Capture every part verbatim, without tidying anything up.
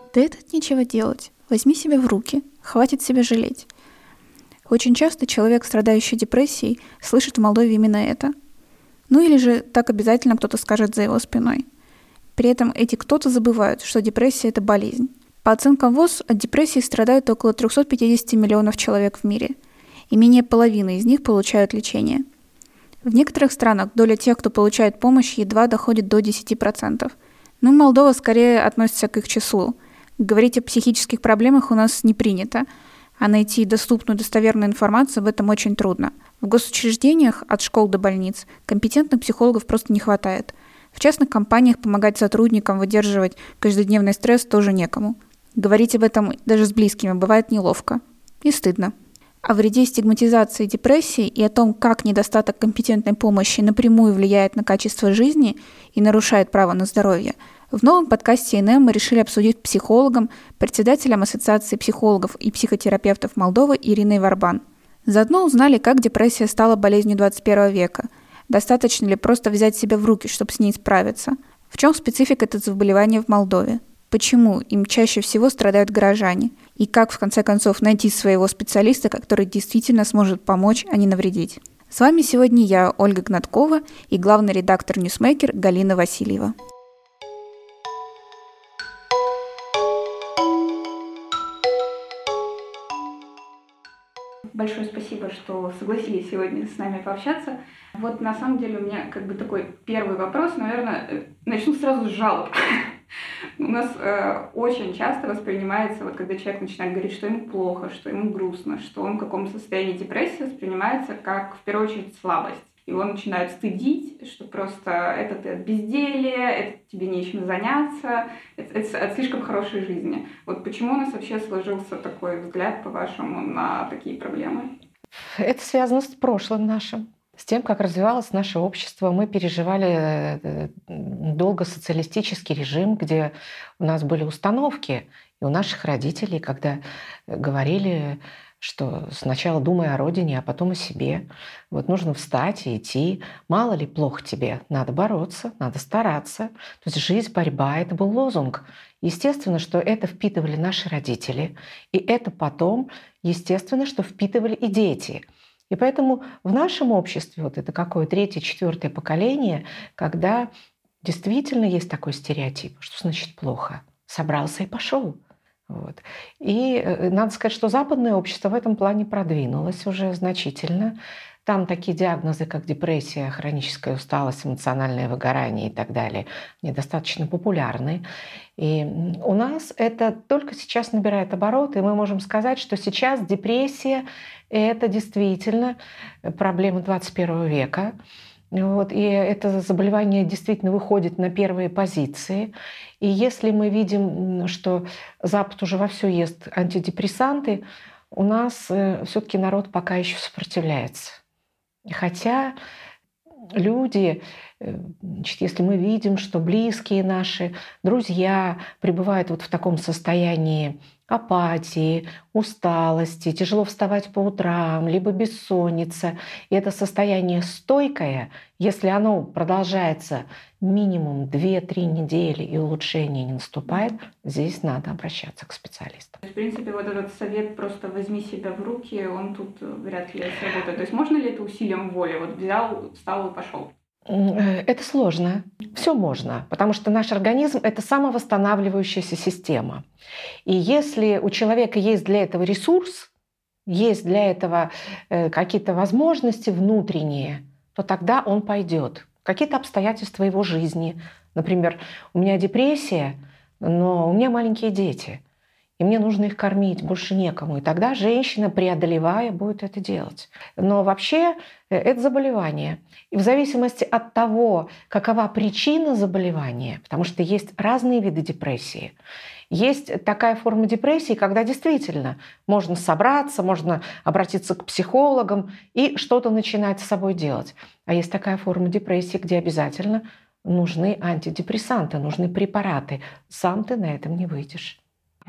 Да это нечего делать. Возьми себя в руки. Хватит себя жалеть. Очень часто человек, страдающий депрессией, слышит в Молдове именно это. Ну или же так обязательно кто-то скажет за его спиной. При этом эти кто-то забывают, что депрессия – это болезнь. По оценкам ВОЗ, от депрессии страдают около триста пятьдесят миллионов человек в мире, и менее половины из них получают лечение. В некоторых странах доля тех, кто получает помощь, едва доходит до десяти процентов. Но Молдова скорее относится к их числу. Говорить о психических проблемах у нас не принято, а найти доступную достоверную информацию в этом очень трудно. В госучреждениях, от школ до больниц, компетентных психологов просто не хватает. В частных компаниях помогать сотрудникам выдерживать каждодневный стресс тоже некому. Говорить об этом даже с близкими бывает неловко и стыдно. О вреде стигматизации депрессии и о том, как недостаток компетентной помощи напрямую влияет на качество жизни и нарушает право на здоровье, в новом подкасте эн эм мы решили обсудить с психологом, председателем Ассоциации психологов и психотерапевтов Молдовы Ириной Варбан. Заодно узнали, как депрессия стала болезнью двадцать первого века. Достаточно ли просто взять себя в руки, чтобы с ней справиться? В чем специфика этого заболевания в Молдове? Почему им чаще всего страдают горожане? И как, в конце концов, найти своего специалиста, который действительно сможет помочь, а не навредить? С вами сегодня я, Ольга Гнаткова, и главный редактор «Ньюсмейкер» Галина Васильева. Большое спасибо, что согласились сегодня с нами пообщаться. Вот на самом деле у меня как бы такой первый вопрос, наверное, начну сразу с жалоб. У нас э, очень часто воспринимается, вот когда человек начинает говорить, что ему плохо, что ему грустно, что он в каком-то состоянии депрессии, воспринимается как, в первую очередь, слабость. Его начинают стыдить, что просто это ты от безделья, это тебе нечем заняться, это, это от слишком хорошей жизни. Вот почему у нас вообще сложился такой взгляд, по-вашему, на такие проблемы? Это связано с прошлым нашим. С тем, как развивалось наше общество. Мы переживали долго социалистический режим, где у нас были установки, и у наших родителей, когда говорили, что сначала думай о родине, а потом о себе. Вот нужно встать и идти. Мало ли плохо тебе, надо бороться, надо стараться. То есть жизнь, борьба — это был лозунг. Естественно, что это впитывали наши родители, и это потом, естественно, что впитывали и дети. И поэтому в нашем обществе вот это какое третье, четвертое поколение, когда действительно есть такой стереотип, что значит плохо, собрался и пошел. Вот. И надо сказать, что западное общество в этом плане продвинулось уже значительно. Там такие диагнозы, как депрессия, хроническая усталость, эмоциональное выгорание и так далее, они достаточно популярны. И у нас это только сейчас набирает обороты, и мы можем сказать, что сейчас депрессия — это действительно проблема двадцать первого века. Вот, и это заболевание действительно выходит на первые позиции. И если мы видим, что Запад уже вовсю ест антидепрессанты, у нас все-таки народ пока еще сопротивляется. Хотя люди, значит, если мы видим, что близкие наши, друзья пребывают вот в таком состоянии апатии, усталости, тяжело вставать по утрам, либо бессонница, и это состояние стойкое, если оно продолжается минимум две-три недели и улучшение не наступает, здесь надо обращаться к специалистам. В принципе, вот этот совет «просто возьми себя в руки», он тут вряд ли сработает. То есть можно ли это усилием воли? Вот взял, встал и пошел? Это сложно. Все можно, потому что наш организм — это самовосстанавливающаяся система. И если у человека есть для этого ресурс, есть для этого какие-то возможности внутренние, то тогда он пойдет. Какие-то обстоятельства его жизни. Например, у меня депрессия, но у меня маленькие дети, и мне нужно их кормить, больше некому. И тогда женщина, преодолевая, будет это делать. Но вообще это заболевание. И в зависимости от того, какова причина заболевания, потому что есть разные виды депрессии. Есть такая форма депрессии, когда действительно можно собраться, можно обратиться к психологам и что-то начинать с собой делать. А есть такая форма депрессии, где обязательно нужны антидепрессанты, нужны препараты. Сам ты на этом не выйдешь.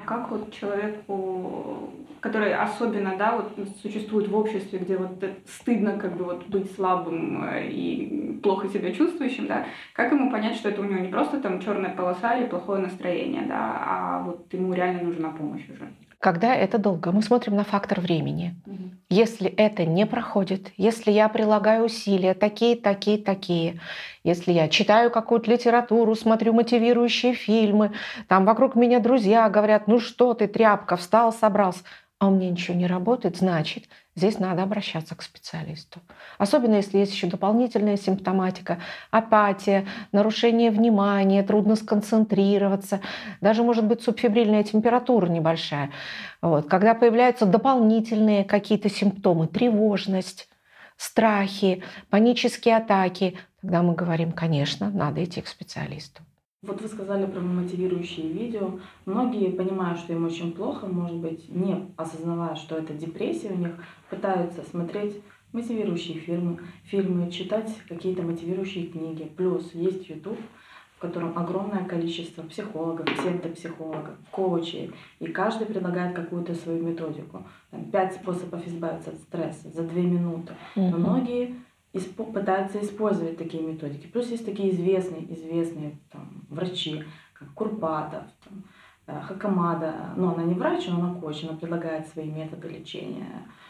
как вот человеку, который особенно, да, вот существует в обществе, где вот стыдно как бы вот быть слабым и плохо себя чувствующим, да, как ему понять, что это у него не просто там черная полоса или плохое настроение, да, а вот ему реально нужна помощь уже? Когда это долго, мы смотрим на фактор времени. Угу. Если это не проходит, если я прилагаю усилия такие, такие, такие, если я читаю какую-то литературу, смотрю мотивирующие фильмы, там вокруг меня друзья говорят, ну что ты, тряпка, встал, собрался, а у меня ничего не работает, значит, здесь надо обращаться к специалисту. Особенно если есть еще дополнительная симптоматика, апатия, нарушение внимания, трудно сконцентрироваться, даже может быть субфибрильная температура небольшая. Вот. Когда появляются дополнительные какие-то симптомы, тревожность, страхи, панические атаки, тогда мы говорим, конечно, надо идти к специалисту. Вот вы сказали про мотивирующие видео. Многие понимают, что им очень плохо, может быть, не осознавая, что это депрессия у них, пытаются смотреть мотивирующие фильмы, фильмы, читать какие-то мотивирующие книги. Плюс есть YouTube, в котором огромное количество психологов, псевдопсихологов, коучей, и каждый предлагает какую-то свою методику. Там, пять способов избавиться от стресса за две минуты. Но многие пытаются использовать такие методики. Плюс есть такие известные, известные там, врачи, как Курпатов, там, Хакамада. Но она не врач, но она коуч, она предлагает свои методы лечения.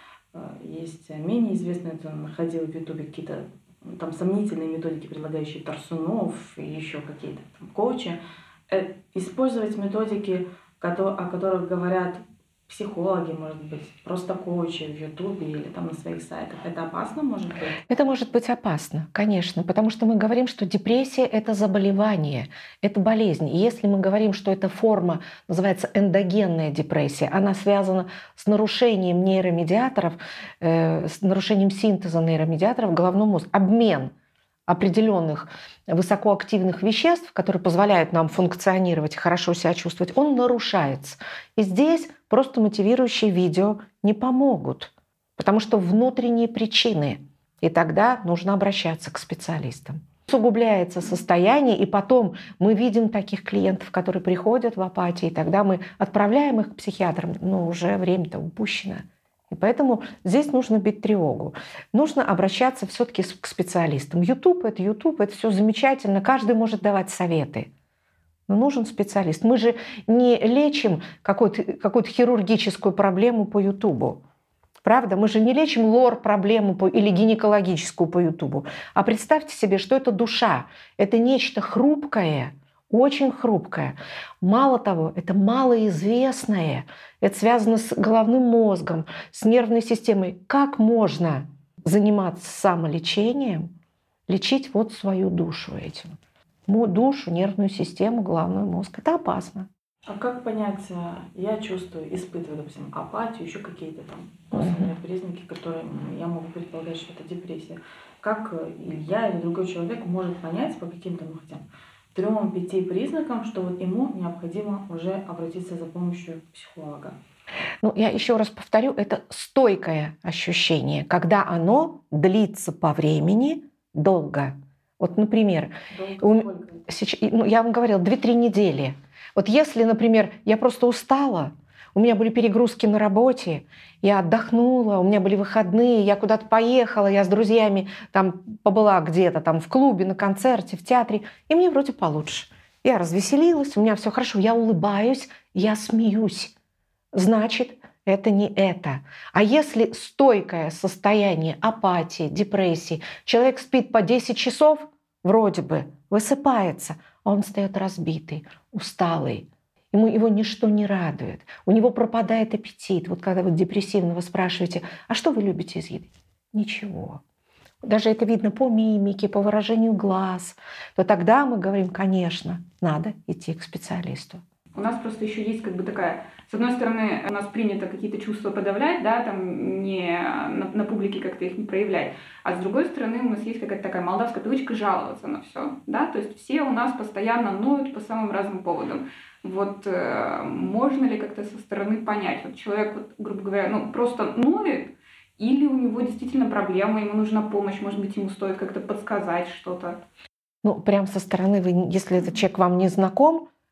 Есть менее известные, он находил в Ютубе какие-то там сомнительные методики, предлагающие Тарсунов и еще какие-то там коучи. Использовать методики, о которых говорят психологи, может быть, просто коучи в Ютубе или там на своих сайтах. Это опасно, может быть? Это может быть опасно, конечно, потому что мы говорим, что депрессия — это заболевание, это болезнь. И если мы говорим, что эта форма называется эндогенная депрессия, она связана с нарушением нейромедиаторов, э, с нарушением синтеза нейромедиаторов в головном мозге, обмен определенных высокоактивных веществ, которые позволяют нам функционировать и хорошо себя чувствовать, он нарушается. И здесь просто мотивирующие видео не помогут, потому что внутренние причины. И тогда нужно обращаться к специалистам. Усугубляется состояние, и потом мы видим таких клиентов, которые приходят в апатии, и тогда мы отправляем их к психиатрам, но уже время-то упущено. И поэтому здесь нужно бить тревогу. Нужно обращаться все-таки к специалистам. YouTube — это YouTube, это все замечательно, каждый может давать советы. Но нужен специалист. Мы же не лечим какую-то, какую-то хирургическую проблему по YouTube. Правда? Мы же не лечим лор-проблему по, или гинекологическую по YouTube. А представьте себе, что это душа. Это нечто хрупкое, очень хрупкое. Мало того, это малоизвестное. Это связано с головным мозгом, с нервной системой. Как можно заниматься самолечением, лечить вот свою душу этим? Душу, нервную систему, головной мозг. Это опасно. А как понять, я чувствую, испытываю, допустим, апатию, еще какие-то там косвенные uh-huh. признаки, которые я могу предполагать, что это депрессия. Как или я, или другой человек может понять по каким-то, ну, хотя бы трем-пяти признакам, что вот ему необходимо уже обратиться за помощью психолога? Ну, я еще раз повторю, это стойкое ощущение, когда оно длится по времени долго. Вот, например, у, сейчас, ну, я вам говорила, две-три недели. Вот если, например, я просто устала, у меня были перегрузки на работе, я отдохнула, у меня были выходные, я куда-то поехала, я с друзьями там побыла где-то там в клубе, на концерте, в театре, и мне вроде получше. Я развеселилась, у меня все хорошо, я улыбаюсь, я смеюсь. Значит, это не это. А если стойкое состояние апатии, депрессии, человек спит по десять часов, вроде бы высыпается, а он встает разбитый, усталый. Ему его ничто не радует. У него пропадает аппетит. Вот когда вы депрессивного спрашиваете, а что вы любите из еды? Ничего. Даже это видно по мимике, по выражению глаз. То тогда мы говорим, конечно, надо идти к специалисту. У нас просто еще есть как бы такая... С одной стороны, у нас принято какие-то чувства подавлять, да, там не на, на публике как-то их не проявлять. А с другой стороны, у нас есть какая-то такая молдавская привычка жаловаться на все, да, то есть все у нас постоянно ноют по самым разным поводам. Вот э, можно ли как-то со стороны понять, вот человек, вот, грубо говоря, ну просто ноет, или у него действительно проблема, ему нужна помощь, может быть, ему стоит как-то подсказать что-то? Ну, прям со стороны, вы, если этот человек вам не знаком,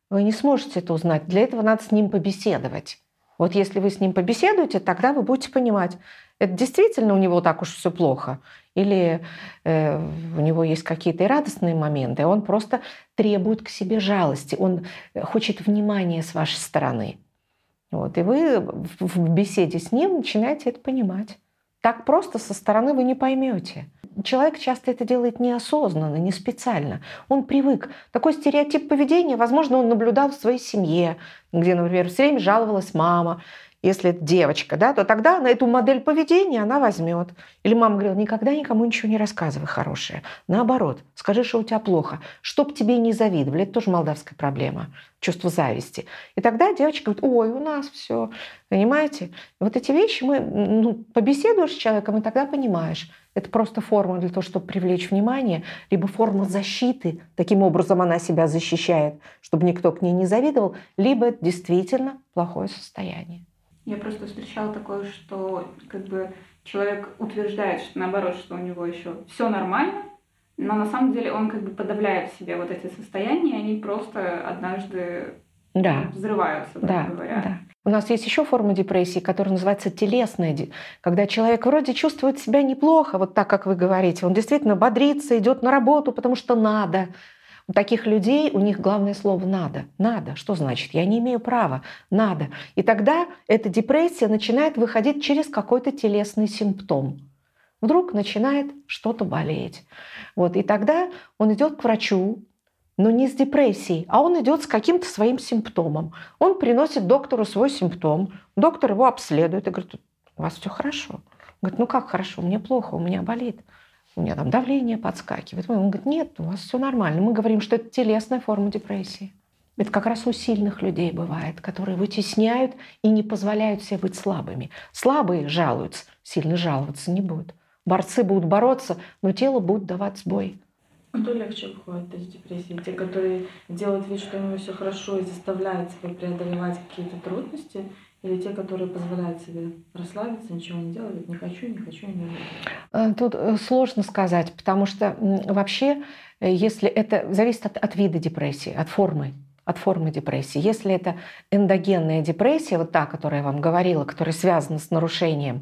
Вы не сможете это узнать. Для этого надо с ним побеседовать. Вот если вы с ним побеседуете, тогда вы будете понимать, это действительно у него так уж все плохо, или э, у него есть какие-то и радостные моменты, он просто требует к себе жалости, он хочет внимания с вашей стороны. Вот, и вы в беседе с ним начинаете это понимать. Так просто со стороны вы не поймете. Человек часто это делает неосознанно, не специально. Он привык. Такой стереотип поведения, возможно, он наблюдал в своей семье, где, например, все время жаловалась мама. Если это девочка, да, то тогда на эту модель поведения она возьмет. Или мама говорила, никогда никому ничего не рассказывай хорошее. Наоборот, скажи, что у тебя плохо, чтоб тебе не завидовали. Это тоже молдавская проблема, чувство зависти. И тогда девочка говорит, ой, у нас все, понимаете? Вот эти вещи мы, ну, побеседуешь с человеком, и тогда понимаешь. Это просто форма для того, чтобы привлечь внимание, либо форма защиты, таким образом она себя защищает, чтобы никто к ней не завидовал, либо это действительно плохое состояние. Я просто встречала такое, что как бы человек утверждает, что наоборот, что у него еще все нормально, но на самом деле он как бы подавляет в себе вот эти состояния, и они просто однажды да. взрываются, так да, говоря. Да. У нас есть еще форма депрессии, которая называется телесная, когда человек вроде чувствует себя неплохо, вот так, как вы говорите, он действительно бодрится, идет на работу, потому что надо. У таких людей, у них главное слово «надо». Надо. Что значит? Я не имею права. Надо. И тогда эта депрессия начинает выходить через какой-то телесный симптом. Вдруг начинает что-то болеть. Вот. И тогда он идет к врачу, но не с депрессией, а он идет с каким-то своим симптомом. Он приносит доктору свой симптом, доктор его обследует и говорит, у вас все хорошо. Он говорит, ну как хорошо, мне плохо, у меня болит. У меня там давление подскакивает. Он говорит, нет, у вас все нормально. Мы говорим, что это телесная форма депрессии. Это как раз у сильных людей бывает, которые вытесняют и не позволяют себе быть слабыми. Слабые жалуются, сильно жаловаться не будут. Борцы будут бороться, но тело будет давать сбой. Кто легче выходит из депрессии? Те, которые делают вид, что у него все хорошо и заставляют себя преодолевать какие-то трудности, или те, которые позволяют себе расслабиться, ничего не делать, не хочу, не хочу, не хочу? Тут сложно сказать, потому что вообще, если это зависит от, от вида депрессии, от формы, от формы депрессии. Если это эндогенная депрессия, вот та, которая я вам говорила, которая связана с нарушением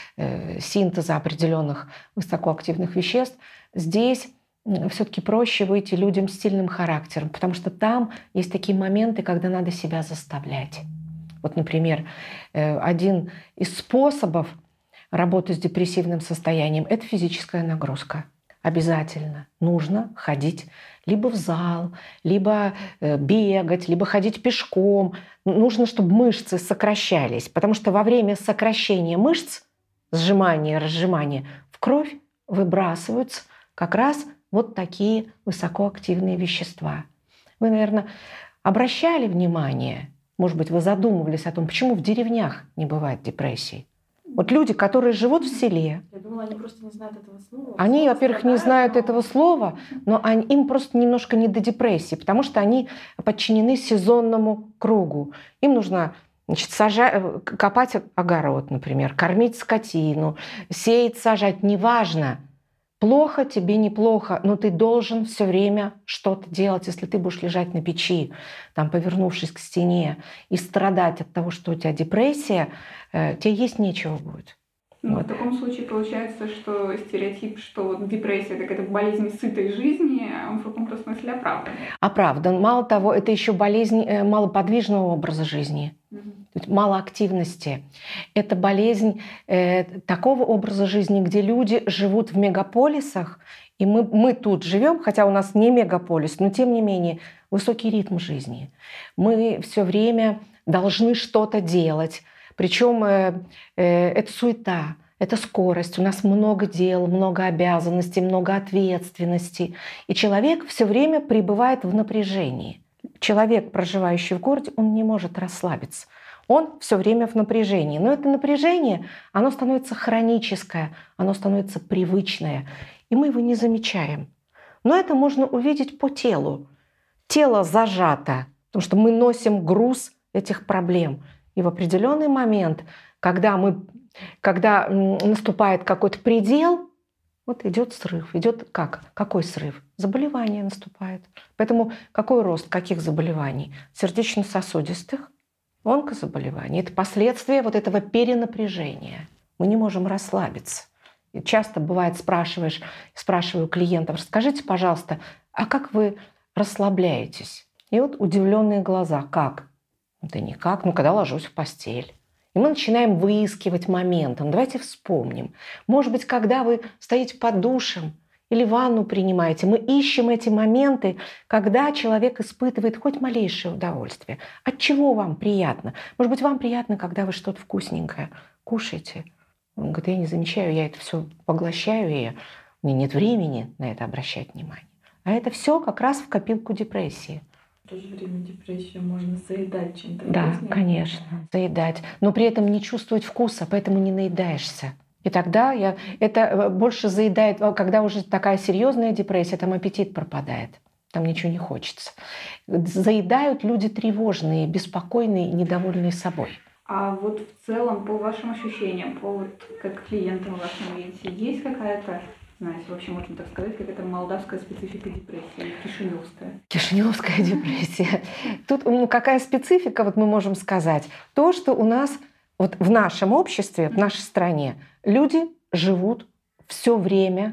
э, синтеза определенных высокоактивных веществ, здесь все-таки проще выйти людям с сильным характером, потому что там есть такие моменты, когда надо себя заставлять. Вот, например, один из способов работы с депрессивным состоянием – это физическая нагрузка. Обязательно нужно ходить либо в зал, либо бегать, либо ходить пешком. Нужно, чтобы мышцы сокращались, потому что во время сокращения мышц, сжимания, разжимания, в кровь выбрасываются как раз вот такие высокоактивные вещества. Вы, наверное, обращали внимание, может быть, вы задумывались о том, почему в деревнях не бывает депрессий. Вот люди, которые живут в селе, я думала, они просто не знают этого слова. Они, во-первых, не знают но... этого слова, но они, им просто немножко не до депрессии, потому что они подчинены сезонному кругу. Им нужно, значит, сажать, копать огород, например, кормить скотину, сеять, сажать, неважно. Плохо тебе, неплохо, но ты должен все время что-то делать. Если ты будешь лежать на печи, там, повернувшись к стене, и страдать от того, что у тебя депрессия, э, тебе есть нечего будет. Ну, вот. В таком случае получается, что стереотип, что вот депрессия – это какая-то болезнь сытой жизни, он в каком-то смысле оправдан. Оправдан. Мало того, это еще болезнь э, малоподвижного образа жизни. Mm-hmm. Мало активности. Это болезнь э, такого образа жизни, где люди живут в мегаполисах, и мы, мы тут живем, хотя у нас не мегаполис, но тем не менее высокий ритм жизни. Мы все время должны что-то делать. Причем э, э, это суета, это скорость. У нас много дел, много обязанностей, много ответственности. И человек все время пребывает в напряжении. Человек, проживающий в городе, он не может расслабиться. Он все время в напряжении. Но это напряжение, оно становится хроническое, оно становится привычное. И мы его не замечаем. Но это можно увидеть по телу. Тело зажато, потому что мы носим груз этих проблем. И в определенный момент, когда, мы, когда наступает какой-то предел, Вот идет срыв. Идет как? Какой срыв? Заболевание наступает. Поэтому какой рост каких заболеваний? Сердечно-сосудистых, онкозаболеваний. Это последствия вот этого перенапряжения. Мы не можем расслабиться. И часто бывает, спрашиваешь, спрашиваю клиентов, расскажите, пожалуйста, а как вы расслабляетесь? И вот удивленные глаза. Как? Да никак. Ну, когда ложусь в постель. И мы начинаем выискивать моменты. Ну, давайте вспомним. Может быть, когда вы стоите под душем или ванну принимаете, мы ищем эти моменты, когда человек испытывает хоть малейшее удовольствие. От чего вам приятно? Может быть, вам приятно, когда вы что-то вкусненькое кушаете? Он говорит, я не замечаю, я это все поглощаю, и у меня нет времени на это обращать внимание. А это все как раз в копилку депрессии. В то же время депрессию можно заедать чем-то Да, вкусненьким. конечно, заедать. Но при этом не чувствовать вкуса, поэтому не наедаешься. И тогда я, это больше заедает, когда уже такая серьезная депрессия, там аппетит пропадает, там ничего не хочется. Заедают люди тревожные, беспокойные, недовольные собой. А вот в целом, по вашим ощущениям, по вот как клиентам вашим видите, есть какая-то, знаете, вообще можно так сказать, какая-то молдавская специфика депрессии, кишиневская? Кишиневская депрессия. Тут ну, какая специфика, вот мы можем сказать. То, что у нас вот в нашем обществе, в нашей стране люди живут все время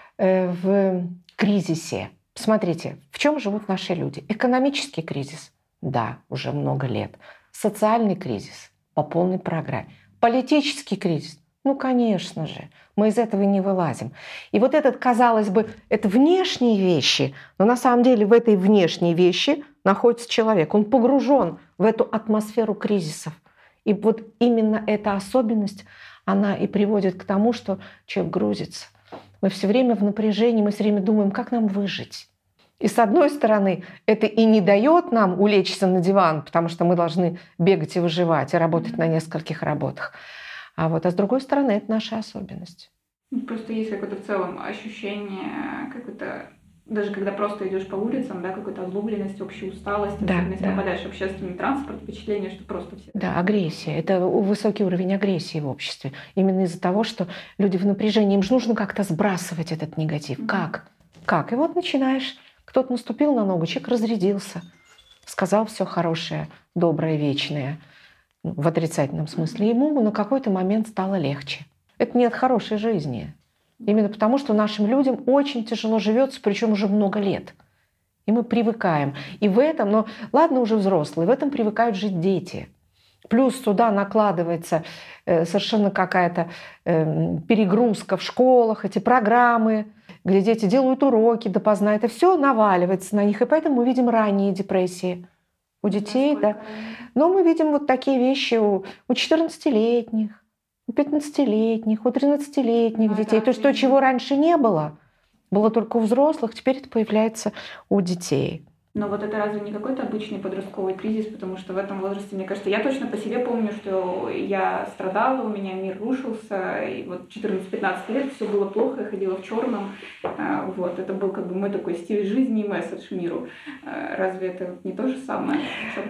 э, в кризисе. Смотрите, в чем живут наши люди? Экономический кризис, да, уже много лет. Социальный кризис по полной программе. Политический кризис, ну, конечно же, мы из этого не вылазим. И вот этот, казалось бы, это внешние вещи, но на самом деле в этой внешней вещи находится человек. Он погружен в эту атмосферу кризисов. И вот именно эта особенность, она и приводит к тому, что человек грузится. Мы все время в напряжении, мы все время думаем, как нам выжить. И с одной стороны, это и не дает нам улечься на диван, потому что мы должны бегать и выживать, и работать на нескольких работах. А вот а с другой стороны, это наша особенность. Просто есть какое-то в целом ощущение, какое-то, даже когда просто идешь по улицам, да, какой-то озлобленность, общей усталости, Да, особенно если да. попадаешь в общественный транспорт, впечатление, что просто все... Да, агрессия. Это высокий уровень агрессии в обществе. Именно из-за того, что люди в напряжении, им же нужно как-то сбрасывать этот негатив. Mm-hmm. Как? Как? И вот начинаешь... Кто-то наступил на ногу, человек разрядился, сказал все хорошее, доброе, вечное, в отрицательном смысле. Ему на какой-то момент стало легче. Это не от хорошей жизни. Именно потому, что нашим людям очень тяжело живется, причем уже много лет. И мы привыкаем. И в этом, ну ладно уже взрослые, в этом привыкают жить дети. Плюс сюда накладывается э, совершенно какая-то э, перегрузка в школах, эти программы, где дети делают уроки допоздна, это все наваливается на них, и поэтому мы видим ранние депрессии у детей, да. Но мы видим вот такие вещи у, у четырнадцатилетних, у пятнадцатилетних, у тринадцатилетних Ну, детей. да, То есть то, чего раньше не было, было только у взрослых, теперь это появляется у детей. Но вот это разве не какой-то обычный подростковый кризис? Потому что в этом возрасте, мне кажется, я точно по себе помню, что я страдала, у меня мир рушился, и вот четырнадцать-пятнадцать лет все было плохо, я ходила в черном. Вот, это был как бы мой такой стиль жизни и месседж миру. Разве это не то же самое?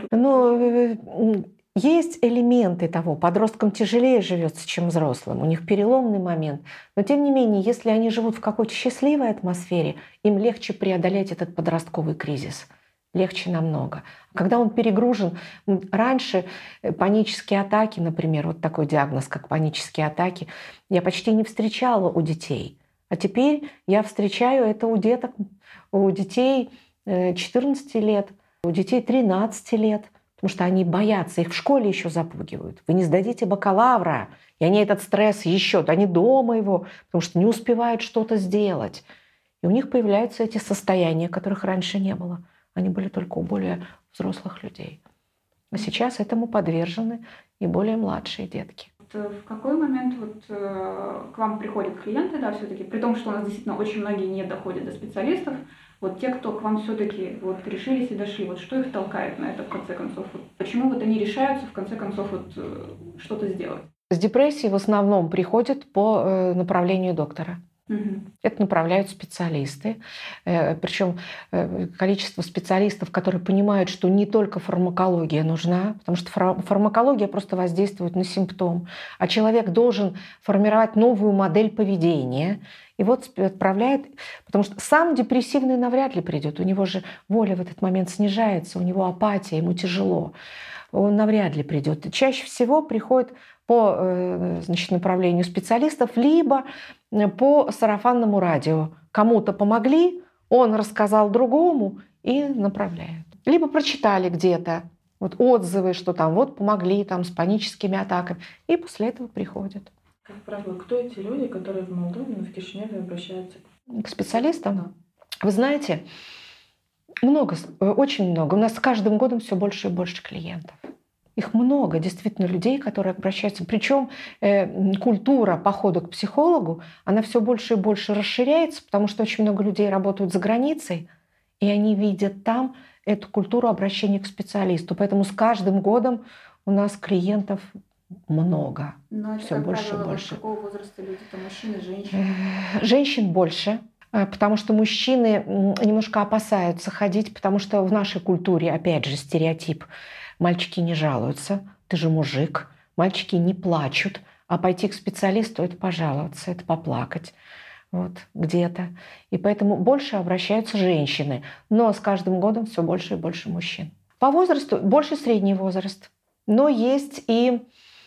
Ну, есть элементы того. Подросткам тяжелее живется, чем взрослым. У них переломный момент. Но тем не менее, если они живут в какой-то счастливой атмосфере, им легче преодолеть этот подростковый кризис. Легче намного. Когда он перегружен, раньше панические атаки, например, вот такой диагноз, как панические атаки, я почти не встречала у детей. А теперь я встречаю это у деток, у детей четырнадцати лет, у детей тринадцати лет. Потому что они боятся, их в школе еще запугивают. Вы не сдадите бакалавра, и они этот стресс еще, они дома его, потому что не успевают что-то сделать. И у них появляются эти состояния, которых раньше не было. Они были только у более взрослых людей. А сейчас этому подвержены и более младшие детки. В какой момент вот э, к вам приходят клиенты, да, все-таки, при том, что у нас действительно очень многие не доходят до специалистов, вот те, кто к вам все-таки вот решились и дошли, вот что их толкает на это в конце концов? Вот почему вот они решаются в конце концов вот э, что-то сделать? С депрессией в основном приходят по э, направлению доктора. Угу. Это направляют специалисты. Причем количество специалистов, которые понимают, что не только фармакология нужна, потому что фармакология просто воздействует на симптом, а человек должен формировать новую модель поведения. И вот отправляет, потому что сам депрессивный навряд ли придет, у него же воля в этот момент снижается, у него апатия, ему тяжело, он навряд ли придет. Чаще всего приходит по, значит, направлению специалистов, либо по сарафанному радио. Кому-то помогли, он рассказал другому и направляют. Либо прочитали где-то вот отзывы, что там вот помогли там, с паническими атаками, и после этого приходят. Как правило, кто эти люди, которые в Молдове, но в Кишиневе обращаются к специалистам? Да. Вы знаете, много, очень много. У нас с каждым годом все больше и больше клиентов. Их много, действительно, людей, которые обращаются. Причем э, культура похода к психологу, она все больше и больше расширяется, потому что очень много людей работают за границей, и они видят там эту культуру обращения к специалисту. Поэтому с каждым годом у нас клиентов много. Но это, все как больше правило, и больше. Какого возраста люди? Это мужчины, женщины? Женщин больше. Потому что мужчины немножко опасаются ходить, потому что в нашей культуре, опять же, стереотип. Мальчики не жалуются, ты же мужик, мальчики не плачут, а пойти к специалисту – это пожаловаться, это поплакать вот, где-то. И поэтому больше обращаются женщины, но с каждым годом все больше и больше мужчин. По возрасту больше средний возраст, но есть и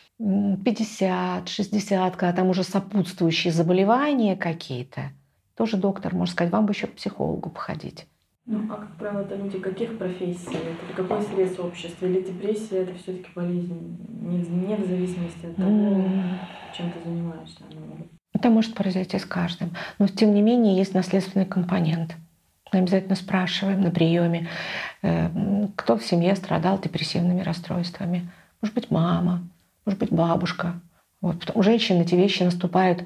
пятьдесят, шестьдесят, когда там уже сопутствующие заболевания какие-то. Тоже доктор может сказать, вам бы еще к психологу походить. Ну, а как правило, это люди каких профессий? Это какой срез общества? Или депрессия – это все-таки болезнь? Не, не в зависимости от того, mm. чем ты занимаешься. Это может произойти с каждым. Но, тем не менее, есть наследственный компонент. Мы обязательно спрашиваем на приеме, кто в семье страдал депрессивными расстройствами. Может быть, мама, может быть, бабушка. Вот. У женщин эти вещи наступают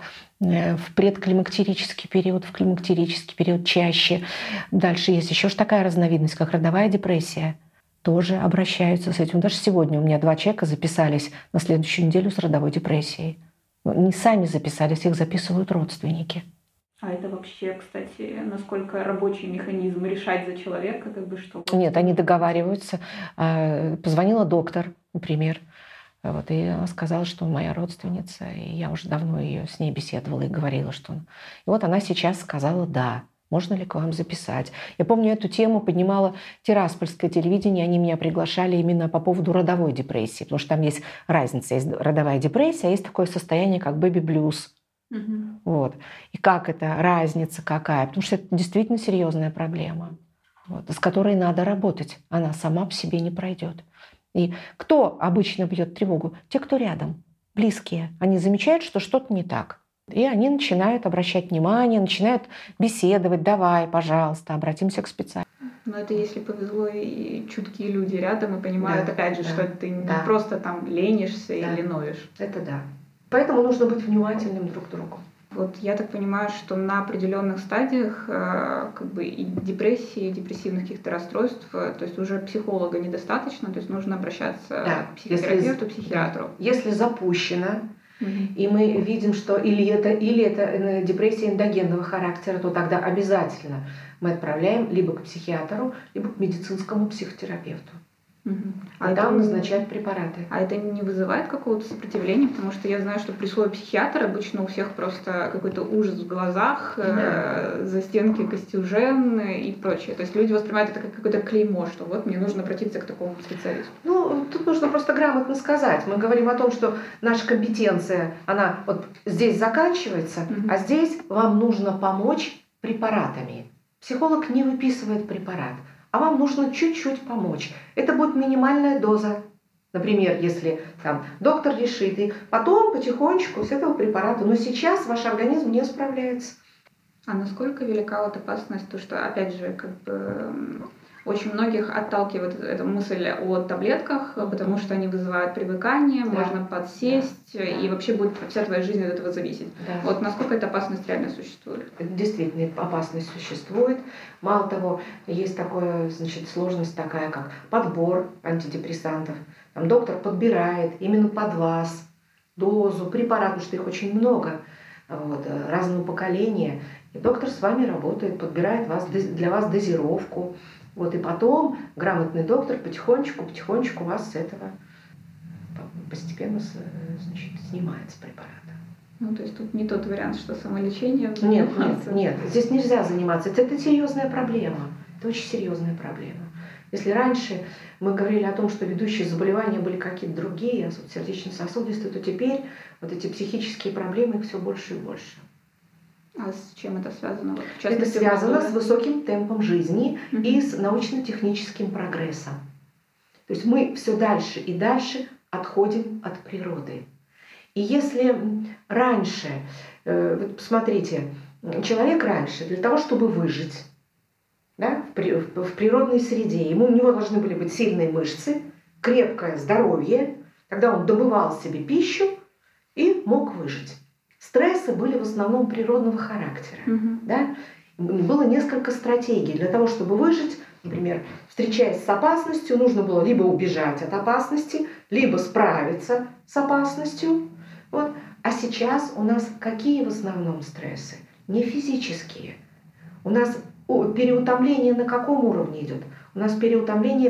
в предклимактерический период, в климактерический период чаще. Дальше есть еще такая разновидность, как родовая депрессия. Тоже обращаются с этим. Даже сегодня у меня два человека записались на следующую неделю с родовой депрессией. Не сами записались, их записывают родственники. А это вообще, кстати, насколько рабочий механизм решать за человека, как бы что? Нет, они договариваются. Позвонила доктор, например. Вот, и она сказала, что моя родственница, и я уже давно ее с ней беседовала и говорила, что... И вот она сейчас сказала «да». Можно ли к вам записать? Я помню, эту тему поднимала Тираспольское телевидение, они меня приглашали именно по поводу родовой депрессии, потому что там есть разница, есть родовая депрессия, а есть такое состояние, как бэби-блюз. Угу. Вот. И как это, разница какая? Потому что это действительно серьезная проблема, вот, с которой надо работать. Она сама по себе не пройдет. И кто обычно бьет тревогу? Те, кто рядом, близкие. Они замечают, что что-то не так. И они начинают обращать внимание, начинают беседовать. Давай, пожалуйста, обратимся к специалисту. Но это если повезло и чуткие люди рядом и понимают, да, опять же, да, что ты да. не просто там ленишься да. или ноешь. Это да. Поэтому нужно быть внимательным друг к другу. Вот я так понимаю, что на определенных стадиях э, как бы и депрессии, и депрессивных каких-то расстройств, то есть уже психолога недостаточно, то есть нужно обращаться да. к психотерапевту, если, психиатру. Да. Если запущено, угу. и мы видим, что или это, или это депрессия эндогенного характера, то тогда обязательно мы отправляем либо к психиатру, либо к медицинскому психотерапевту. Угу. А, а там это, назначают препараты. А это не вызывает какого-то сопротивления? Потому что я знаю, что при слове психиатр обычно у всех просто какой-то ужас в глазах, да. э, застенки Костюжен и прочее. То есть люди воспринимают это как какое-то клеймо, что вот мне нужно обратиться к такому специалисту. Ну, тут нужно просто грамотно сказать. Мы говорим о том, что наша компетенция, она вот здесь заканчивается, угу. а здесь вам нужно помочь препаратами. Психолог не выписывает препарат. А вам нужно чуть-чуть помочь. Это будет минимальная доза. Например, если там, доктор решит, и потом потихонечку с этого препарата. Но сейчас ваш организм не справляется. А насколько велика вот опасность, то что, опять же, как бы очень многих отталкивает эта мысль о таблетках, потому что они вызывают привыкание, да. можно подсесть, да. и вообще будет вся твоя жизнь от этого зависеть. Да. Вот насколько эта опасность реально существует? Действительно, опасность существует. Мало того, есть такая, значит, сложность такая, как подбор антидепрессантов. Там доктор подбирает именно под вас дозу препаратов, потому что их очень много. вот, разного поколения. И доктор с вами работает, подбирает вас, для вас дозировку. Вот, и потом грамотный доктор потихонечку, потихонечку вас с этого постепенно, значит, снимает с препарата. Ну, то есть тут не тот вариант, что самолечение. Нет, нет, нет, здесь нельзя заниматься. Это, это серьезная проблема. Это очень серьезная проблема. Если раньше мы говорили о том, что ведущие заболевания были какие-то другие, сердечно-сосудистые, то теперь вот эти психические проблемы их все больше и больше. А с чем это связано? Вот, это связано с высоким темпом жизни mm-hmm. и с научно-техническим прогрессом. То есть мы все дальше и дальше отходим от природы. И если раньше, вот посмотрите, человек раньше для того, чтобы выжить, да, в, в природной среде, ему, у него должны были быть сильные мышцы, крепкое здоровье, тогда он добывал себе пищу и мог выжить. Стрессы были в основном природного характера. Mm-hmm. Да? Было несколько стратегий для того, чтобы выжить. Например, встречаясь с опасностью, нужно было либо убежать от опасности, либо справиться с опасностью. Вот. А сейчас у нас какие в основном стрессы? Не физические. У нас переутомление на каком уровне идет? У нас переутомление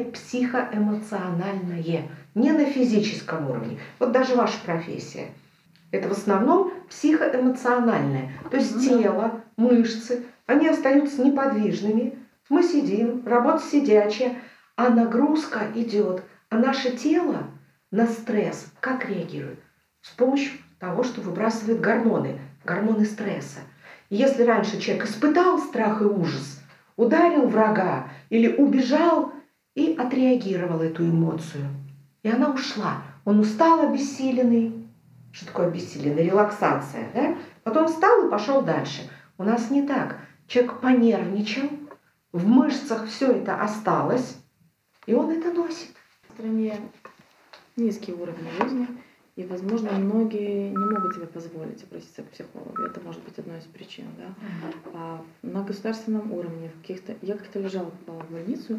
психоэмоциональное, не на физическом уровне. Вот даже ваша профессия. Это в основном психоэмоциональное. То есть тело, мышцы, они остаются неподвижными. Мы сидим, работа сидячая, а нагрузка идет. А наше тело на стресс как реагирует? С помощью того, что выбрасывает гормоны, гормоны стресса. Если раньше человек испытал страх и ужас, ударил врага или убежал и отреагировал эту эмоцию, и она ушла. Он устал, обессиленный. Что такое обессиленный? Релаксация. Да? Потом встал и пошел дальше. У нас не так. Человек понервничал, в мышцах все это осталось, и он это носит. В стране низкий уровень жизни, и, возможно, многие не могут себе позволить обратиться к психологу. Это может быть одной из причин. Да? Mm-hmm. А на государственном уровне, в каких-то... я как-то лежала, попала в больницу,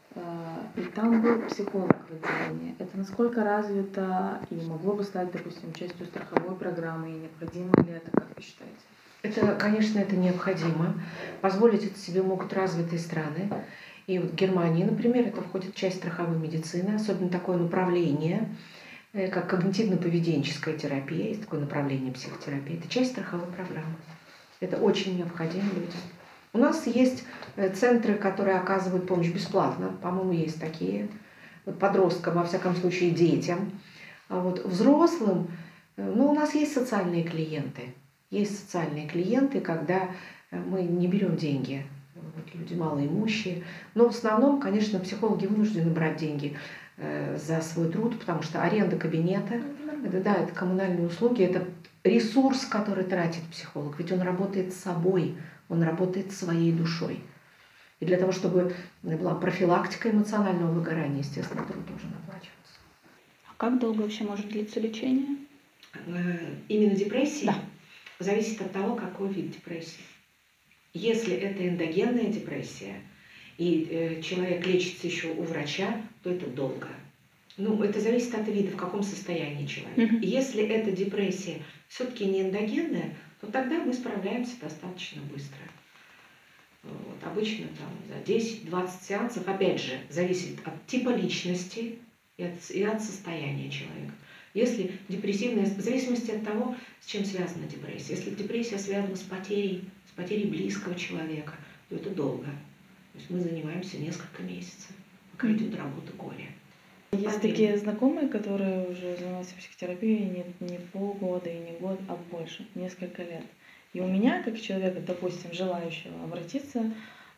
и там был психолог в отделении. Это насколько развито и могло бы стать, допустим, частью страховой программы, и необходимо ли это, как вы считаете? Это, конечно, это необходимо. Позволить это себе могут развитые страны. И вот в Германии, например, это входит в часть страховой медицины, особенно такое направление, как когнитивно-поведенческая терапия, есть такое направление психотерапии. Это часть страховой программы. Это очень необходимо людям. У нас есть центры, которые оказывают помощь бесплатно. По-моему, есть такие. Вот подросткам, во всяком случае, детям. А вот взрослым, ну, у нас есть социальные клиенты. Есть социальные клиенты, когда мы не берем деньги. Вот, люди малоимущие. Но в основном, конечно, психологи вынуждены брать деньги э, за свой труд, потому что аренда кабинета, это, да, это коммунальные услуги, это ресурс, который тратит психолог. Ведь он работает с собой. Он работает своей душой. И для того, чтобы была профилактика эмоционального выгорания, естественно, труд должен оплачиваться. А как долго вообще может длиться лечение? Именно депрессия? Да. Зависит от того, какой вид депрессии. Если это эндогенная депрессия, и человек лечится еще у врача, то это долго. Ну, это зависит от вида, в каком состоянии человек. Mm-hmm. Если эта депрессия все-таки не эндогенная, то тогда мы справляемся достаточно быстро. Вот. Обычно там за десять-двадцать сеансов, опять же, зависит от типа личности и от, и от состояния человека. Если депрессивная, в зависимости от того, с чем связана депрессия. Если депрессия связана с потерей, с потерей близкого человека, то это долго. То есть мы занимаемся несколько месяцев, пока идет работа горя. Есть такие знакомые, которые уже занимаются психотерапией не, не полгода и не год, а больше, несколько лет. И у меня, как человека, допустим, желающего обратиться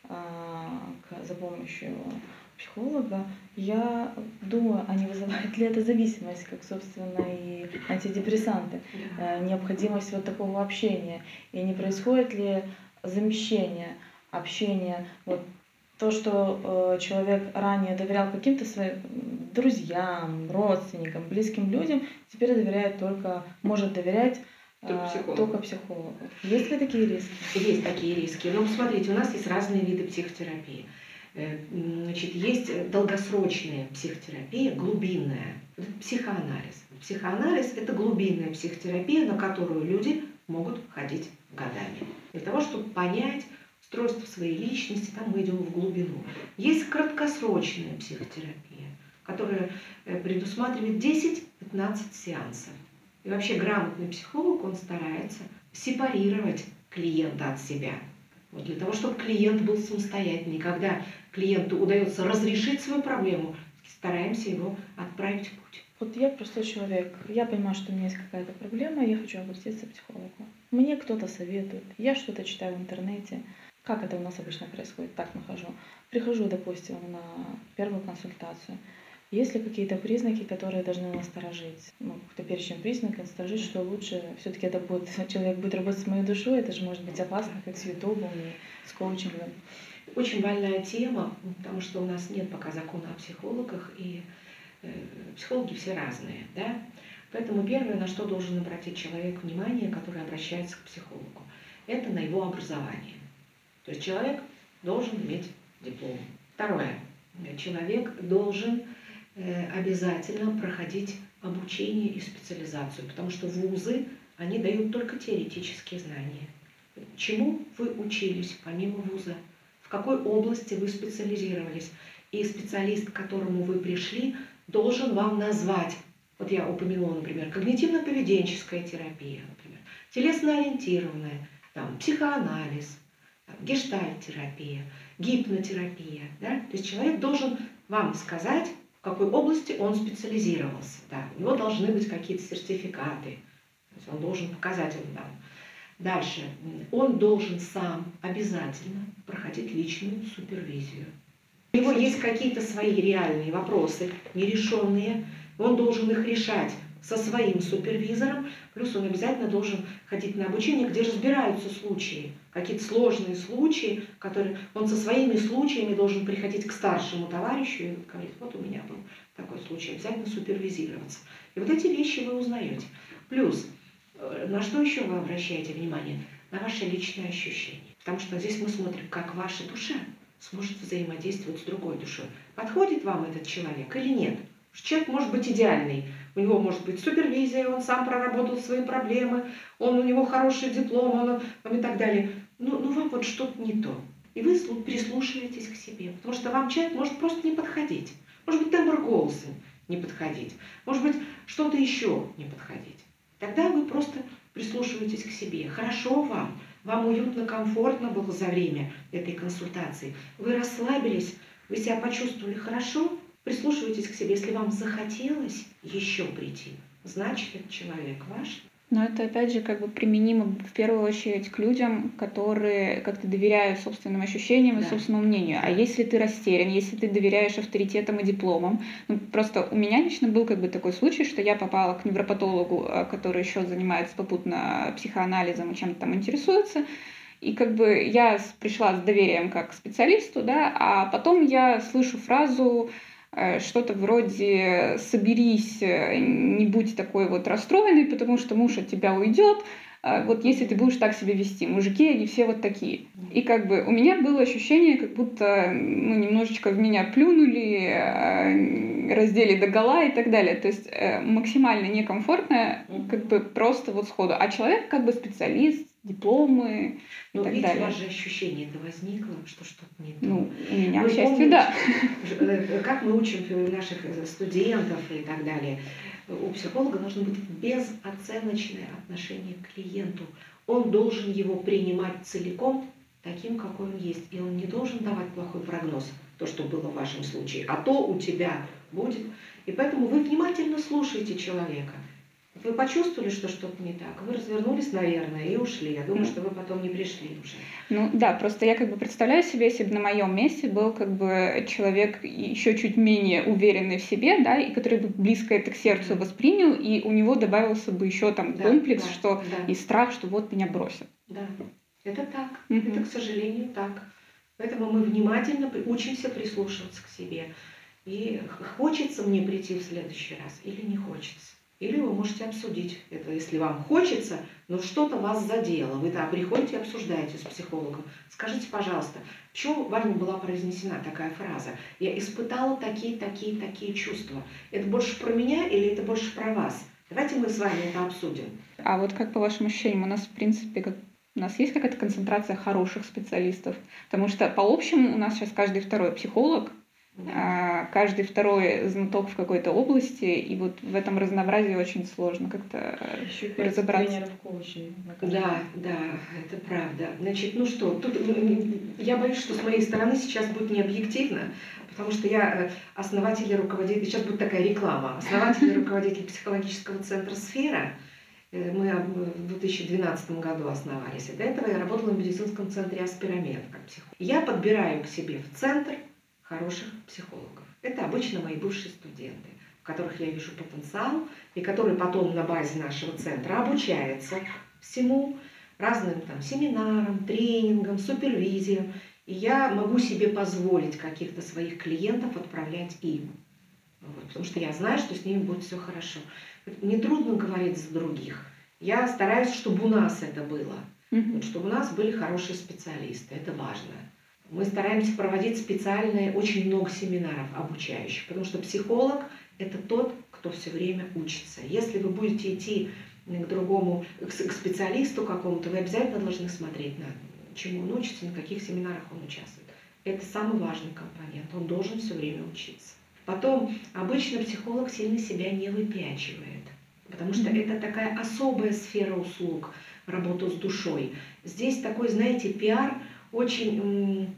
а, к, за помощью психолога, я думаю, а не вызывает ли это зависимость, как, собственно, и антидепрессанты, а, необходимость вот такого общения, и не происходит ли замещение общения, вот, то, что э, человек ранее доверял каким-то своим друзьям, родственникам, близким людям, теперь доверяет только, может доверять только э, психологу. только психологу. Есть ли такие риски? Есть такие риски. Но смотрите, у нас есть разные виды психотерапии. Значит, есть долгосрочная психотерапия, глубинная, психоанализ. Психоанализ – это глубинная психотерапия, на которую люди могут ходить годами. Для того, чтобы понять устройство своей личности, там мы идем в глубину. Есть краткосрочная психотерапия, которая предусматривает десять-пятнадцать сеансов. И вообще грамотный психолог, он старается сепарировать клиента от себя. Вот для того, чтобы клиент был самостоятельный. Когда клиенту удается разрешить свою проблему, стараемся его отправить в путь. Вот я простой человек. Я понимаю, что у меня есть какая-то проблема, я хочу обратиться к психологу. Мне кто-то советует, я что-то читаю в интернете. Как это у нас обычно происходит? Так нахожу. Прихожу, допустим, на первую консультацию. Есть ли какие-то признаки, которые должны насторожить? Ну, какой-то перечень признаков, насторожить, что лучше все-таки это будет, человек будет работать с моей душой, это же может быть опасно, как с Ютубом и с коучингом. Очень больная тема, потому что у нас нет пока закона о психологах, и э, психологи все разные, да? Поэтому первое, на что должен обратить человек внимание, который обращается к психологу, это на его образование. То есть человек должен иметь диплом. Второе. Человек должен обязательно проходить обучение и специализацию, потому что вузы, они дают только теоретические знания. Чему вы учились помимо вуза? В какой области вы специализировались? И специалист, к которому вы пришли, должен вам назвать, вот я упомянула, например, когнитивно-поведенческая терапия, например, телесно-ориентированная, там, психоанализ, там, гештальт-терапия, гипнотерапия. Да? То есть человек должен вам сказать, в какой области он специализировался. Да. У него должны быть какие-то сертификаты. То есть он должен показать им нам. Дальше. Он должен сам обязательно проходить личную супервизию. У него есть какие-то свои реальные вопросы, нерешенные. Он должен их решать со своим супервизором. Плюс он обязательно должен ходить на обучение, где разбираются случаи. Какие-то сложные случаи, которые он со своими случаями должен приходить к старшему товарищу и говорить, вот у меня был такой случай, обязательно супервизироваться. И вот эти вещи вы узнаете. Плюс, на что еще вы обращаете внимание? На ваши личные ощущения. Потому что здесь мы смотрим, как ваша душа сможет взаимодействовать с другой душой. Подходит вам этот человек или нет? Человек может быть идеальный. У него может быть супервизия, он сам проработал свои проблемы, он, у него хороший диплом, он, он и так далее. Ну, ну вам вот что-то не то. И вы прислушиваетесь к себе. Потому что вам человек может просто не подходить. Может быть, тембр голоса не подходить. Может быть, что-то еще не подходить. Тогда вы просто прислушиваетесь к себе. Хорошо вам, вам уютно, комфортно было за время этой консультации. Вы расслабились, вы себя почувствовали хорошо. Прислушивайтесь к себе. Если вам захотелось еще прийти, значит, этот человек ваш. Но это, опять же, как бы применимо в первую очередь к людям, которые как-то доверяют собственным ощущениям и Да. собственному мнению. А если ты растерян, если ты доверяешь авторитетам и дипломам, ну, просто у меня лично был как бы такой случай, что я попала к невропатологу, который еще занимается попутно психоанализом и чем-то там интересуется. И как бы я пришла с доверием как к специалисту, да, а потом я слышу фразу что-то вроде «соберись, не будь такой вот расстроенный, потому что муж от тебя уйдет, вот если ты будешь так себя вести». Мужики, они все вот такие. И как бы у меня было ощущение, как будто ну, немножечко в меня плюнули, раздели догола и так далее. То есть максимально некомфортно, как бы просто вот сходу. А человек как бы специалист, дипломы и ну, так видите, далее. у вас же ощущение это возникло, что что-то не то. Ну, у меня, Вы к счастью, помните, да. Как мы учим наших студентов и так далее, у психолога должно быть безоценочное отношение к клиенту. Он должен его принимать целиком таким, какой он есть. И он не должен давать плохой прогноз, то, что было в вашем случае, а то у тебя будет. И поэтому вы внимательно слушаете человека. Вы почувствовали, что что-то не так, вы развернулись, наверное, и ушли. Я думаю, что вы потом не пришли уже. Ну да, просто я как бы представляю себе, если бы на моем месте был как бы человек еще чуть менее уверенный в себе, да, и который бы близко это к сердцу воспринял, и у него добавился бы еще там Да, комплекс, да, что да. и страх, что вот меня бросят. Да, это так. Мгм. Это, к сожалению, так. Поэтому мы внимательно при- учимся прислушиваться к себе. И х- хочется мне прийти в следующий раз или не хочется. Или вы можете обсудить это, если вам хочется, но что-то вас задело. Вы да, приходите и обсуждаете с психологом. Скажите, пожалуйста, почему вами была произнесена такая фраза? Я испытала такие, такие, такие чувства. Это больше про меня или это больше про вас? Давайте мы с вами это обсудим. А вот как по вашим ощущениям, у нас, в принципе, как... у нас есть какая-то концентрация хороших специалистов? Потому что по общему у нас сейчас каждый второй психолог, да. Каждый второй знаток в какой-то области, и вот в этом разнообразии очень сложно как-то Еще разобраться. Тренеров, коучей. Да, да, это правда. Значит, ну что, тут я боюсь, что с моей стороны сейчас будет не объективно, потому что я основатель и руководитель, сейчас будет такая реклама, основатель и руководитель психологического центра «Сфера». Мы в две тысячи двенадцатом году основались. И до этого я работала в медицинском центре «Аспирамед» как психолог. Я подбираю к себе в центр хороших психологов. Это обычно мои бывшие студенты, в которых я вижу потенциал, и которые потом на базе нашего центра обучаются всему, разным там семинарам, тренингам, супервизиям. И я могу себе позволить каких-то своих клиентов отправлять им. Вот, потому что я знаю, что с ними будет все хорошо. Нетрудно говорить за других. Я стараюсь, чтобы у нас это было. Mm-hmm. Чтобы у нас были хорошие специалисты. Это важно. Мы стараемся проводить специальные, очень много семинаров обучающих, потому что психолог – это тот, кто все время учится. Если вы будете идти к другому, к специалисту какому-то, вы обязательно должны смотреть, на чему он учится, на каких семинарах он участвует. Это самый важный компонент, он должен все время учиться. Потом, обычно психолог сильно себя не выпячивает, потому что mm-hmm. это такая особая сфера услуг, работа с душой. Здесь такой, знаете, пиар очень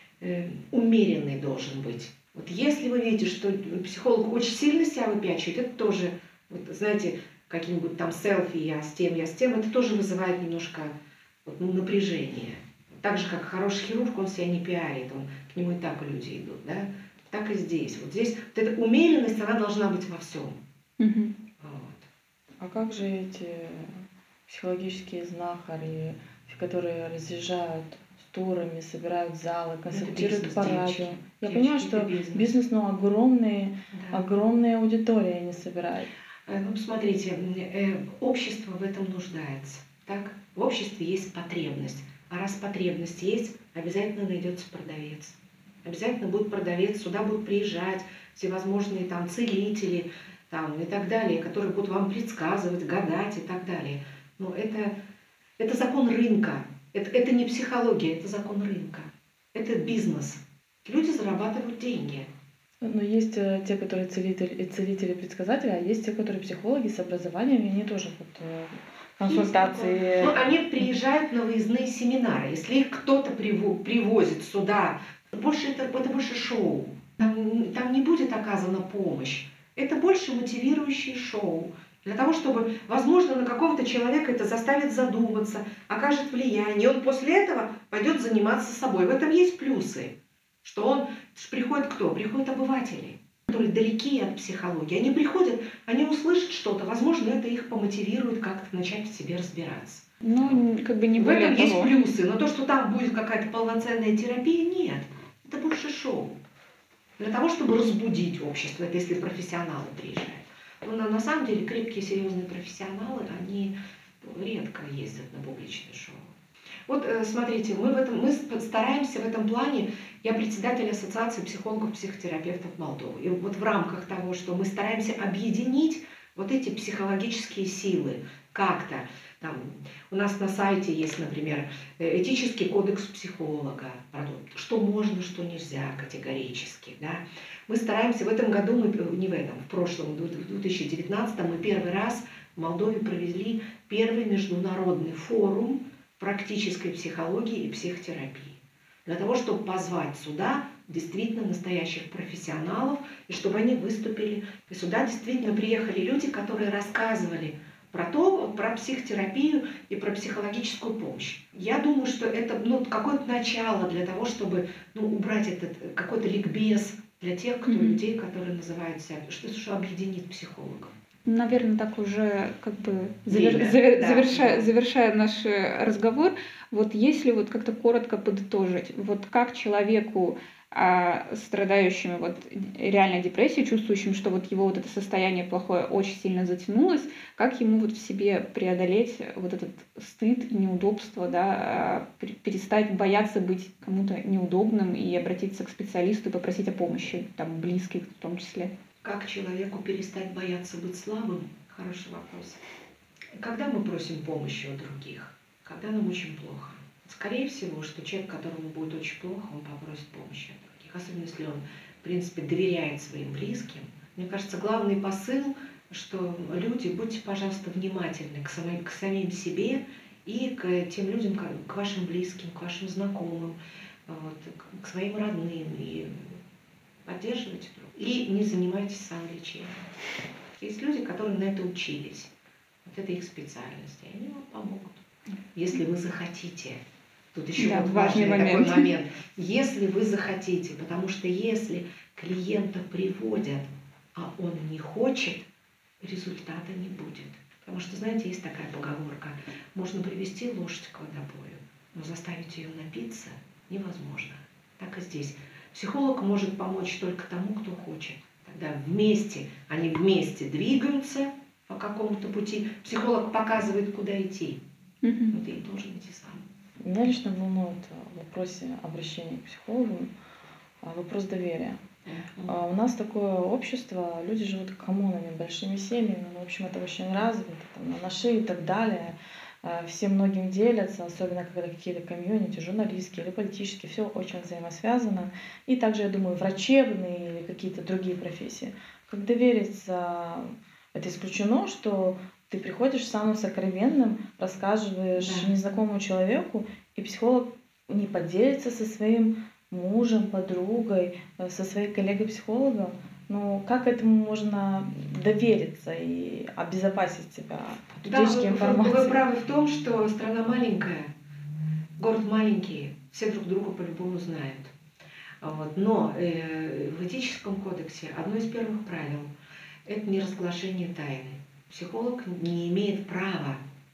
э, умеренный должен быть. Вот если вы видите, что психолог очень сильно себя выпячивает, это тоже, вот, знаете, какие-нибудь там селфи, я с тем, я с тем, это тоже вызывает немножко вот, ну, напряжение. Так же, как хороший хирург, он себя не пиарит, он, к нему и так люди идут, да? Так и здесь. Вот здесь вот эта умеренность, она должна быть во всем. Mm-hmm. Вот. А как же эти психологические знахари, которые разъезжают с турами, собирают залы, консультируют по радио? Я девочки, понимаю, что бизнес, бизнес, но огромные, да. огромные аудитории они собирают. Ну, посмотрите, общество в этом нуждается. Так? В обществе есть потребность. А раз потребность есть, обязательно найдется продавец. Обязательно будет продавец, сюда будут приезжать всевозможные там целители там, и так далее, которые будут вам предсказывать, гадать и так далее. Но это, это закон рынка. Это, это не психология, это закон рынка. Это бизнес. Люди зарабатывают деньги. Но есть э, те, которые целители, целители-предсказатели, а есть те, которые психологи с образованием, и они тоже вот, э, консультации. Ну, они приезжают на выездные семинары. Если их кто-то привозит сюда, больше это, это больше шоу. Там, там не будет оказана помощь. Это больше мотивирующее шоу. Для того, чтобы, возможно, на какого-то человека это заставит задуматься, окажет влияние. И он после этого пойдет заниматься собой. В этом есть плюсы. Что он, приходит кто? Приходят обыватели, которые далеки от психологии. Они приходят, они услышат что-то, возможно, это их помотивирует как-то начать в себе разбираться. Ну, как бы не в более этом того. есть плюсы, но то, что там будет какая-то полноценная терапия, нет. Это больше шоу. Для того, чтобы разбудить общество, это если профессионалы приезжают. Но на, на самом деле крепкие, серьезные профессионалы, они редко ездят на публичное шоу. Вот смотрите, мы, в этом, мы стараемся в этом плане, я председатель Ассоциации психологов-психотерапевтов Молдовы. И вот в рамках того, что мы стараемся объединить вот эти психологические силы как-то. Там, у нас на сайте есть, например, этический кодекс психолога, что можно, что нельзя категорически. Да? Мы стараемся, в этом году, мы, не в этом, в прошлом, в две тысячи девятнадцатом, мы первый раз в Молдове провели первый международный форум практической психологии и психотерапии. Для того, чтобы позвать сюда действительно настоящих профессионалов, и чтобы они выступили. И сюда действительно приехали люди, которые рассказывали про то, про психотерапию и про психологическую помощь. Я думаю, что это ну, какое-то начало для того, чтобы ну, убрать этот какой-то ликбез для тех, кто, mm-hmm. людей, которые называют себя, что, что объединит психологов. Наверное, так уже как бы завер... Время, завер... да, завершая, да. завершая наш разговор, вот если вот как-то коротко подытожить, вот как человеку, а, страдающему вот реальной депрессией, чувствующим, что вот его вот это состояние плохое очень сильно затянулось, как ему вот в себе преодолеть вот этот стыд и неудобство, да, перестать бояться быть кому-то неудобным и обратиться к специалисту и попросить о помощи, там, близких в том числе. Как человеку перестать бояться быть слабым? Хороший вопрос. Когда мы просим помощи у других? Когда нам очень плохо. Скорее всего, что человек, которому будет очень плохо, он попросит помощи от других. Особенно если он, в принципе, доверяет своим близким. Мне кажется, главный посыл, что люди, будьте, пожалуйста, внимательны к самим, к самим себе и к тем людям, к вашим близким, к вашим знакомым, вот, к своим родным. И поддерживайте друг друга. И не занимайтесь самолечением. Есть люди, которые на это учились. Вот это их специальность, и они вам помогут. Если вы захотите. Тут еще Да, вот важный важный момент. такой момент. Если вы захотите, потому что если клиента приводят, а он не хочет, результата не будет. Потому что, знаете, есть такая поговорка. Можно привести лошадь к водопою, но заставить ее напиться невозможно. Так и здесь. Психолог может помочь только тому, кто хочет. Тогда вместе, они вместе двигаются по какому-то пути. Психолог показывает, куда идти. Угу. Но ты должен идти сам. Меня лично волнует в вопросе обращения к психологу вопрос доверия. Uh-huh. У нас такое общество, люди живут коммунами, большими семьями, ну, в общем, это очень развито, там, на шее и так далее. Все многим делятся, особенно когда какие-то комьюнити, журналистские или политические, все очень взаимосвязано. И также, я думаю, врачебные или какие-то другие профессии. Как довериться, это исключено, что ты приходишь самым сокровенным, рассказываешь да. незнакомому человеку, и психолог не поделится со своим мужем, подругой, со своей коллегой-психологом. Ну, как этому можно довериться и обезопасить себя от да, утечки вы, информации? Вы, вы правы в том, что страна маленькая, город маленький, все друг друга по-любому знают. Вот. Но э, в этическом кодексе одно из первых правил – это не разглашение тайны. Психолог не имеет права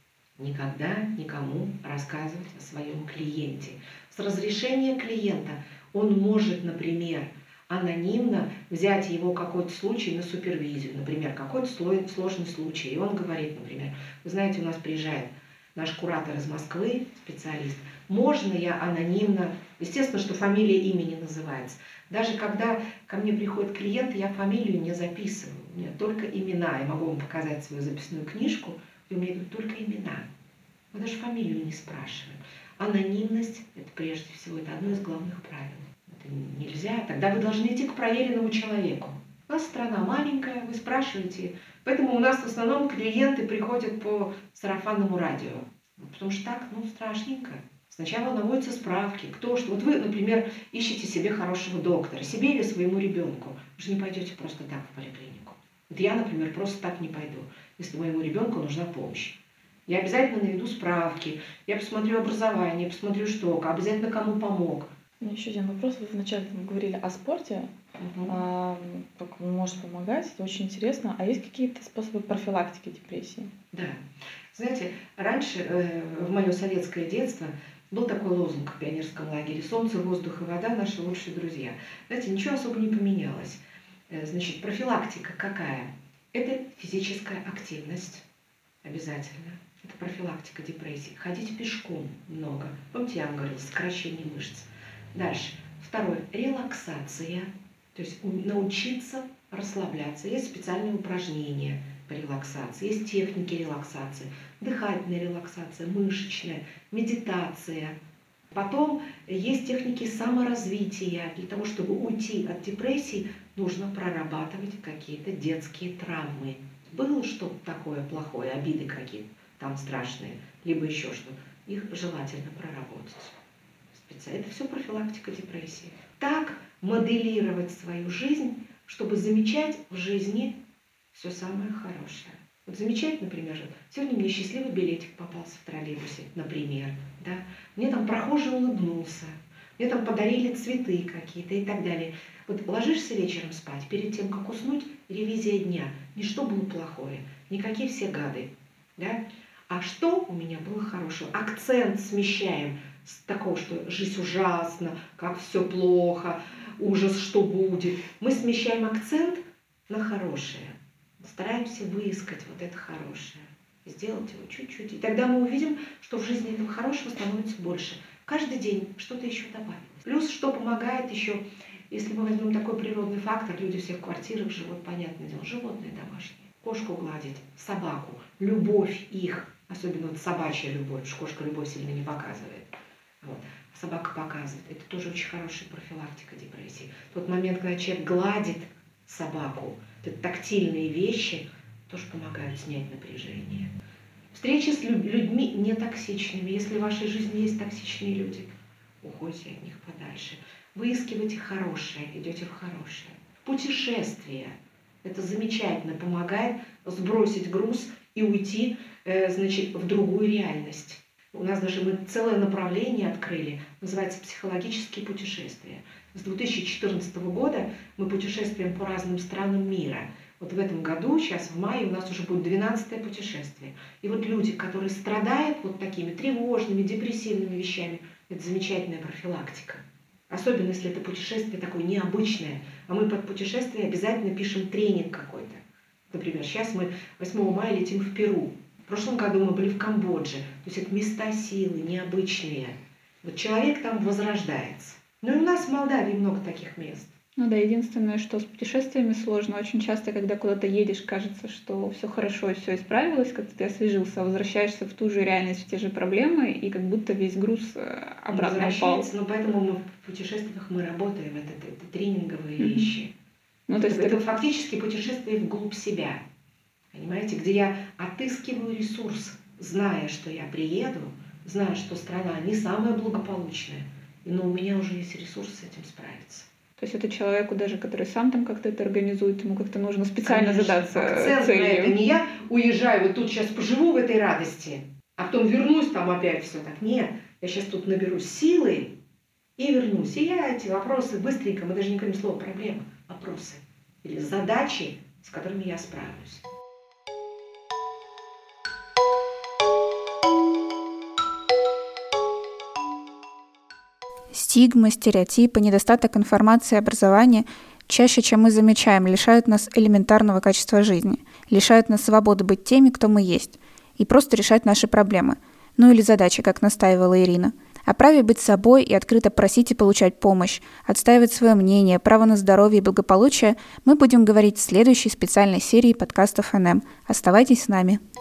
никогда никому рассказывать о своем клиенте. С разрешения клиента он может, например, анонимно взять его какой-то случай на супервизию, например, какой-то сложный случай. И он говорит, например, вы знаете, у нас приезжает наш куратор из Москвы, специалист, можно я анонимно, естественно, что фамилия, имя не называется. Даже когда ко мне приходит клиент, я фамилию не записываю, у меня только имена. Я могу вам показать свою записную книжку, и у меня идут только имена. Мы даже фамилию не спрашиваем. Анонимность, это прежде всего, это одно из главных правил. Это нельзя, тогда вы должны идти к проверенному человеку. У нас страна маленькая, вы спрашиваете, поэтому у нас в основном клиенты приходят по сарафанному радио. Потому что так, ну, страшненько. Сначала наводятся справки, кто что. Вот вы, например, ищете себе хорошего доктора, себе или своему ребенку. Вы же не пойдете просто так в поликлинику. Вот я, например, просто так не пойду, если моему ребенку нужна помощь. Я обязательно наведу справки, я посмотрю образование, посмотрю что, обязательно кому помог. Еще один вопрос. Вы вначале там говорили о спорте, угу. а, как он может помогать, это очень интересно. А есть какие-то способы профилактики депрессии? Да. Знаете, раньше, э, в мое советское детство, был такой лозунг в пионерском лагере: «Солнце, воздух и вода – наши лучшие друзья». Знаете, ничего особо не поменялось. Значит, профилактика какая? Это физическая активность обязательно. Это профилактика депрессии. Ходить пешком много. Помните, я вам говорила, сокращение мышц. Дальше. Второе. Релаксация. То есть научиться расслабляться. Есть специальные упражнения по релаксации, есть техники релаксации. Дыхательная релаксация, мышечная, медитация. Потом есть техники саморазвития. Для того, чтобы уйти от депрессии, нужно прорабатывать какие-то детские травмы. Было что-то такое плохое, обиды какие-то там страшные, либо еще что-то. Их желательно проработать. Это все профилактика депрессии. Так моделировать свою жизнь, чтобы замечать в жизни все самое хорошее. Вот замечать, например, сегодня мне счастливый билетик попался в троллейбусе, например. Да? Мне там прохожий улыбнулся, мне там подарили цветы какие-то и так далее. Вот ложишься вечером спать, перед тем, как уснуть, ревизия дня. Не что было плохое, никакие все гады. Да? А что у меня было хорошего? Акцент смещаем с такого, что жизнь ужасна, как все плохо, ужас, что будет. Мы смещаем акцент на хорошее. Стараемся выискать вот это хорошее, сделать его чуть-чуть. И тогда мы увидим, что в жизни этого хорошего становится больше. Каждый день что-то еще добавилось. Плюс, что помогает еще, если мы возьмем такой природный фактор, люди все в квартирах живут, понятное дело, животные домашние. кошку гладить, собаку, любовь их, особенно вот собачья любовь, потому что кошка любовь сильно не показывает. Вот. Собака показывает. Это тоже очень хорошая профилактика депрессии. Тот момент, когда человек гладит собаку, это тактильные вещи тоже помогают снять напряжение. Встречи с людьми нетоксичными. Если в вашей жизни есть токсичные люди, уходите от них подальше. Выискивайте хорошее, идете в хорошее. Путешествия. Это замечательно, помогает сбросить груз и уйти, значит, в другую реальность. У нас даже мы целое направление открыли, называется «Психологические путешествия». С две тысячи четырнадцатого года мы путешествуем по разным странам мира. Вот в этом году, сейчас в мае, у нас уже будет двенадцатое путешествие. И вот люди, которые страдают вот такими тревожными, депрессивными вещами, это замечательная профилактика. Особенно, если это путешествие такое необычное. А мы под путешествие обязательно пишем тренинг какой-то. Например, сейчас мы восьмого мая летим в Перу. В прошлом году мы были в Камбодже. То есть это места силы, необычные. Вот человек там возрождается. Ну и у нас в Молдавии много таких мест. Ну да, единственное, что с путешествиями сложно. Очень часто, когда куда-то едешь, кажется, что все хорошо и все исправилось, как ты освежился, а возвращаешься в ту же реальность, в те же проблемы, и как будто весь груз обратно упал. Но поэтому мы в путешествиях мы работаем, это, это, это тренинговые mm-hmm. вещи. Ну, то есть это, это это фактически путешествие вглубь себя. Понимаете, где я отыскиваю ресурс, зная, что я приеду, зная, что страна не самая благополучная, но у меня уже есть ресурс с этим справиться. То есть это человеку даже, который сам там как-то это организует, ему как-то нужно специально Конечно. задаться Акцент целью. На это не я уезжаю, вот тут сейчас поживу в этой радости, а потом вернусь, там опять все так. Нет, я сейчас тут наберусь силы и вернусь. И я эти вопросы быстренько, мы даже не говорим слово проблема, вопросы или задачи, с которыми я справлюсь. Стигмы, стереотипы, недостаток информации и образования чаще, чем мы замечаем, лишают нас элементарного качества жизни, лишают нас свободы быть теми, кто мы есть, и просто решать наши проблемы, ну или задачи, как настаивала Ирина. О праве быть собой и открыто просить и получать помощь, отстаивать свое мнение, право на здоровье и благополучие мы будем говорить в следующей специальной серии подкастов эн эм. Оставайтесь с нами.